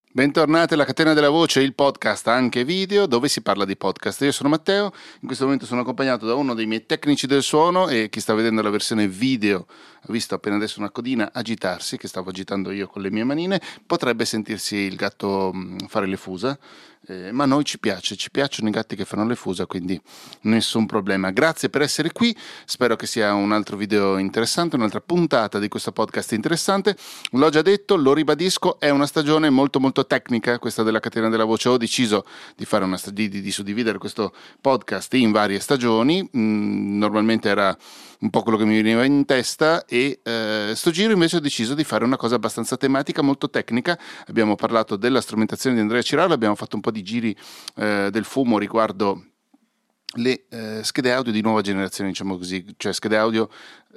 Bentornati alla Catena della Voce, il podcast anche video dove si parla di podcast. Io sono Matteo, in questo momento sono accompagnato da uno dei miei tecnici del suono e chi sta vedendo la versione video ha visto appena adesso una codina agitarsi, che stavo agitando io con le mie manine, potrebbe sentirsi il gatto fare le fusa, ma a noi ci piacciono i gatti che fanno le fusa, quindi nessun problema. Grazie per essere qui, spero che sia un altro video interessante, un'altra puntata di questo podcast interessante. L'ho già detto, lo ribadisco, è una stagione molto molto tecnica questa della Catena della Voce. Ho deciso di fare di suddividere questo podcast in varie stagioni. Normalmente era un po' quello che mi veniva in testa e sto giro invece ho deciso di fare una cosa abbastanza tematica, molto tecnica. Abbiamo parlato della strumentazione di Andrea Cirallo, abbiamo fatto un po' di giri del fumo riguardo le schede audio di nuova generazione, diciamo così, cioè schede audio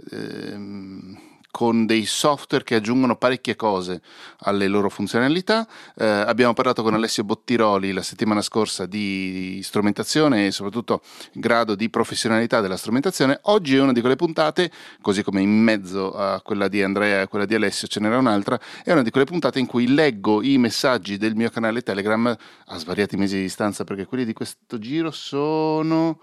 con dei software che aggiungono parecchie cose alle loro funzionalità. Abbiamo parlato con Alessio Bottiroli la settimana scorsa di strumentazione e soprattutto grado di professionalità della strumentazione. Oggi è una di quelle puntate, così come in mezzo a quella di Andrea e a quella di Alessio ce n'era un'altra, è una di quelle puntate in cui leggo i messaggi del mio canale Telegram a svariati mesi di distanza, perché quelli di questo giro sono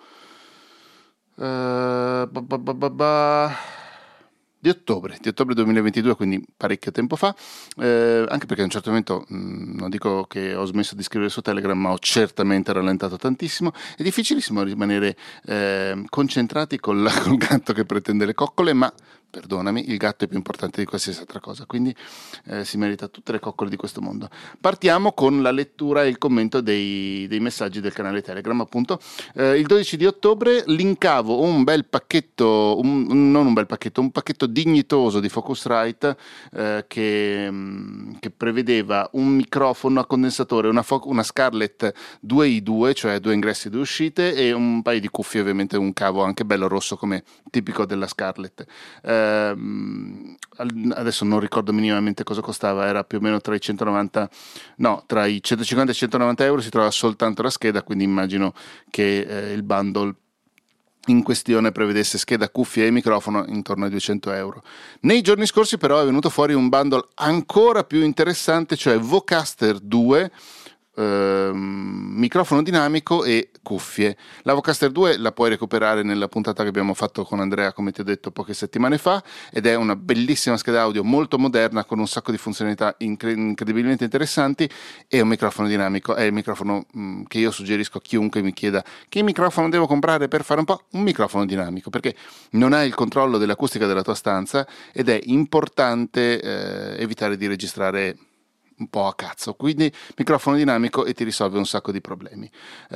di ottobre 2022, quindi parecchio tempo fa, anche perché a un certo momento non dico che ho smesso di scrivere su Telegram, ma ho certamente rallentato tantissimo. È difficilissimo rimanere concentrati col gatto che pretende le coccole, ma perdonami, il gatto è più importante di qualsiasi altra cosa, quindi si merita tutte le coccole di questo mondo. Partiamo con la lettura e il commento dei messaggi del canale Telegram, appunto. Il 12 di ottobre linkavo un bel pacchetto, un pacchetto dignitoso di Focusrite che prevedeva un microfono a condensatore, una Scarlett 2i2, cioè 2 ingressi e 2 uscite, e un paio di cuffie, ovviamente un cavo anche bello rosso come tipico della Scarlett. Adesso non ricordo minimamente cosa costava, era più o meno tra i 150 e i 190 euro, si trova soltanto la scheda, quindi immagino che il bundle in questione prevedesse scheda, cuffie e microfono intorno ai 200 euro. Nei giorni scorsi però è venuto fuori un bundle ancora più interessante, cioè Vocaster 2, microfono dinamico e cuffie. La Vocaster 2 la puoi recuperare nella puntata che abbiamo fatto con Andrea, come ti ho detto poche settimane fa, ed è una bellissima scheda audio molto moderna con un sacco di funzionalità incredibilmente interessanti, e un microfono dinamico. È il microfono che io suggerisco a chiunque mi chieda che microfono devo comprare per fare un microfono dinamico, perché non hai il controllo dell'acustica della tua stanza ed è importante evitare di registrare un po' a cazzo, quindi microfono dinamico e ti risolve un sacco di problemi.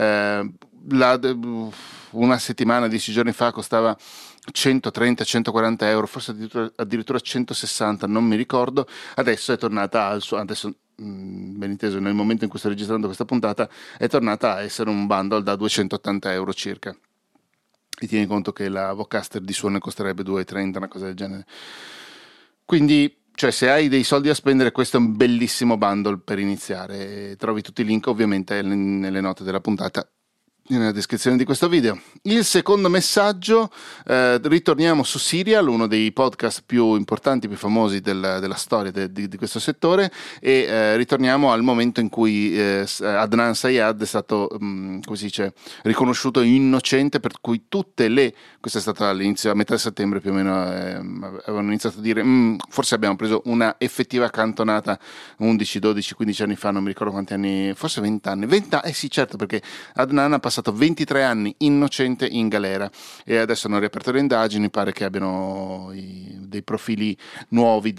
Una settimana, 10 giorni fa costava 130-140 euro, forse addirittura 160, non mi ricordo. Adesso è tornata ben inteso, nel momento in cui sto registrando questa puntata, è tornata a essere un bundle da 280 euro circa. E tieni conto che la Vocaster di suono costerebbe 2,30, una cosa del genere. Quindi, cioè, se hai dei soldi da spendere, questo è un bellissimo bundle per iniziare. Trovi tutti i link ovviamente nelle note della puntata, nella descrizione di questo video. Il secondo messaggio, ritorniamo su Serial, uno dei podcast più importanti, più famosi della storia di questo settore, e ritorniamo al momento in cui Adnan Syed è stato, come si dice, riconosciuto innocente, per cui questo è stato all'inizio, a metà settembre più o meno, avevano iniziato a dire forse abbiamo preso una effettiva cantonata 11, 12, 15 anni fa, non mi ricordo quanti anni, forse 20 anni, sì certo, perché Adnan ha passato 23 anni innocente in galera e adesso hanno riaperto le indagini, pare che abbiano dei profili nuovi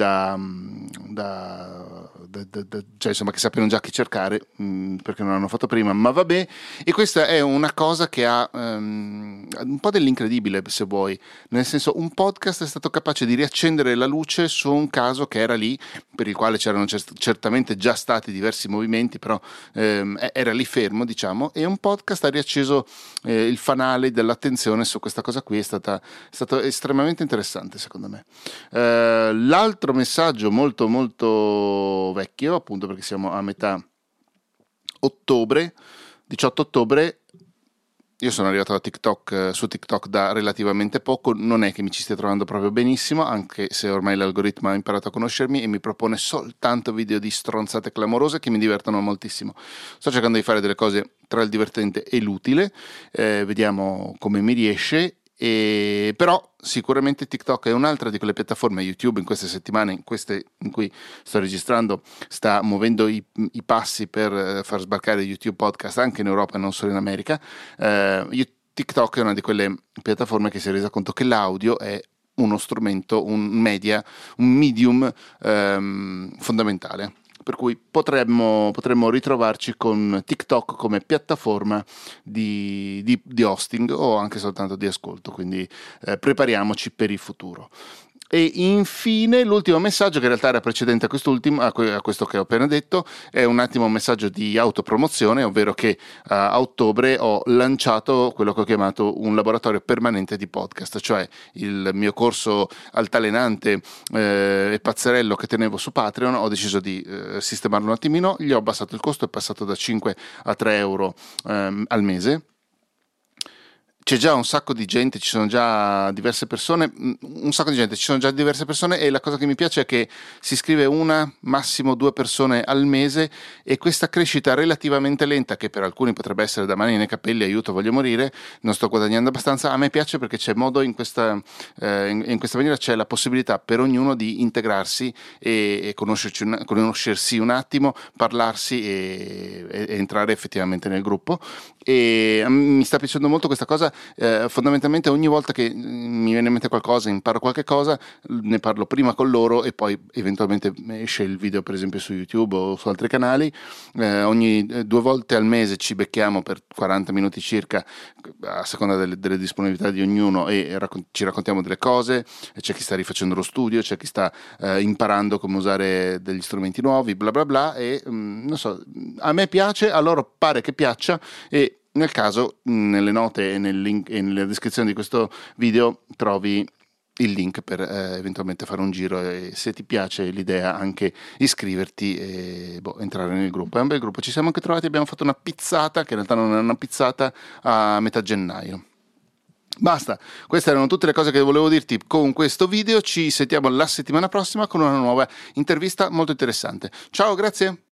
cioè insomma che sappiano già chi cercare, perché non l'hanno fatto prima, ma vabbè. E questa è una cosa che ha un po' dell'incredibile, se vuoi, nel senso, un podcast è stato capace di riaccendere la luce su un caso che era lì, per il quale c'erano certamente già stati diversi movimenti, però era lì fermo, diciamo, e un podcast ha riacceso il fanale dell'attenzione su questa cosa qui. È stato estremamente interessante, secondo me. L'altro messaggio molto molto vecchio, appunto perché siamo a metà ottobre, 18 ottobre, io sono arrivato a TikTok, su TikTok da relativamente poco, non è che mi ci stia trovando proprio benissimo, anche se ormai l'algoritmo ha imparato a conoscermi e mi propone soltanto video di stronzate clamorose che mi divertono moltissimo. Sto cercando di fare delle cose tra il divertente e l'utile, vediamo come mi riesce. Però sicuramente TikTok è un'altra di quelle piattaforme. YouTube in queste settimane, in cui sto registrando, sta muovendo i passi per far sbarcare YouTube Podcast anche in Europa e non solo in America. TikTok è una di quelle piattaforme che si è resa conto che l'audio è uno strumento, un medium fondamentale. Per cui potremmo ritrovarci con TikTok come piattaforma di hosting o anche soltanto di ascolto, quindi prepariamoci per il futuro. E infine l'ultimo messaggio, che in realtà era precedente a quest'ultimo, a questo che ho appena detto, è un attimo un messaggio di autopromozione, ovvero che a ottobre ho lanciato quello che ho chiamato un laboratorio permanente di podcast, cioè il mio corso altalenante e pazzerello che tenevo su Patreon. Ho deciso di sistemarlo un attimino, gli ho abbassato il costo, è passato da 5 a 3 euro al mese. C'è già un sacco di gente, ci sono già diverse persone, e la cosa che mi piace è che si iscrive una, massimo 2 persone al mese, e questa crescita relativamente lenta, che per alcuni potrebbe essere da mani nei capelli, aiuto, voglio morire, non sto guadagnando abbastanza, a me piace perché c'è modo in questa maniera c'è la possibilità per ognuno di integrarsi e conoscersi un attimo, parlarsi e entrare effettivamente nel gruppo. E mi sta piacendo molto questa cosa. Fondamentalmente ogni volta che mi viene in mente qualcosa, imparo qualche cosa, ne parlo prima con loro e poi eventualmente esce il video, per esempio su YouTube o su altri canali. Ogni 2 volte al mese ci becchiamo per 40 minuti circa, a seconda delle disponibilità di ognuno, e ci raccontiamo delle cose. C'è chi sta rifacendo lo studio, c'è chi sta imparando come usare degli strumenti nuovi, bla bla bla, e non so, a me piace, a loro pare che piaccia, e nel caso, nelle note e nel link e nella descrizione di questo video trovi il link per eventualmente fare un giro, e se ti piace l'idea anche iscriverti e entrare nel gruppo. È un bel gruppo, ci siamo anche trovati, abbiamo fatto una pizzata, che in realtà non è una pizzata, a metà gennaio. Basta, queste erano tutte le cose che volevo dirti con questo video. Ci sentiamo la settimana prossima con una nuova intervista molto interessante. Ciao, grazie!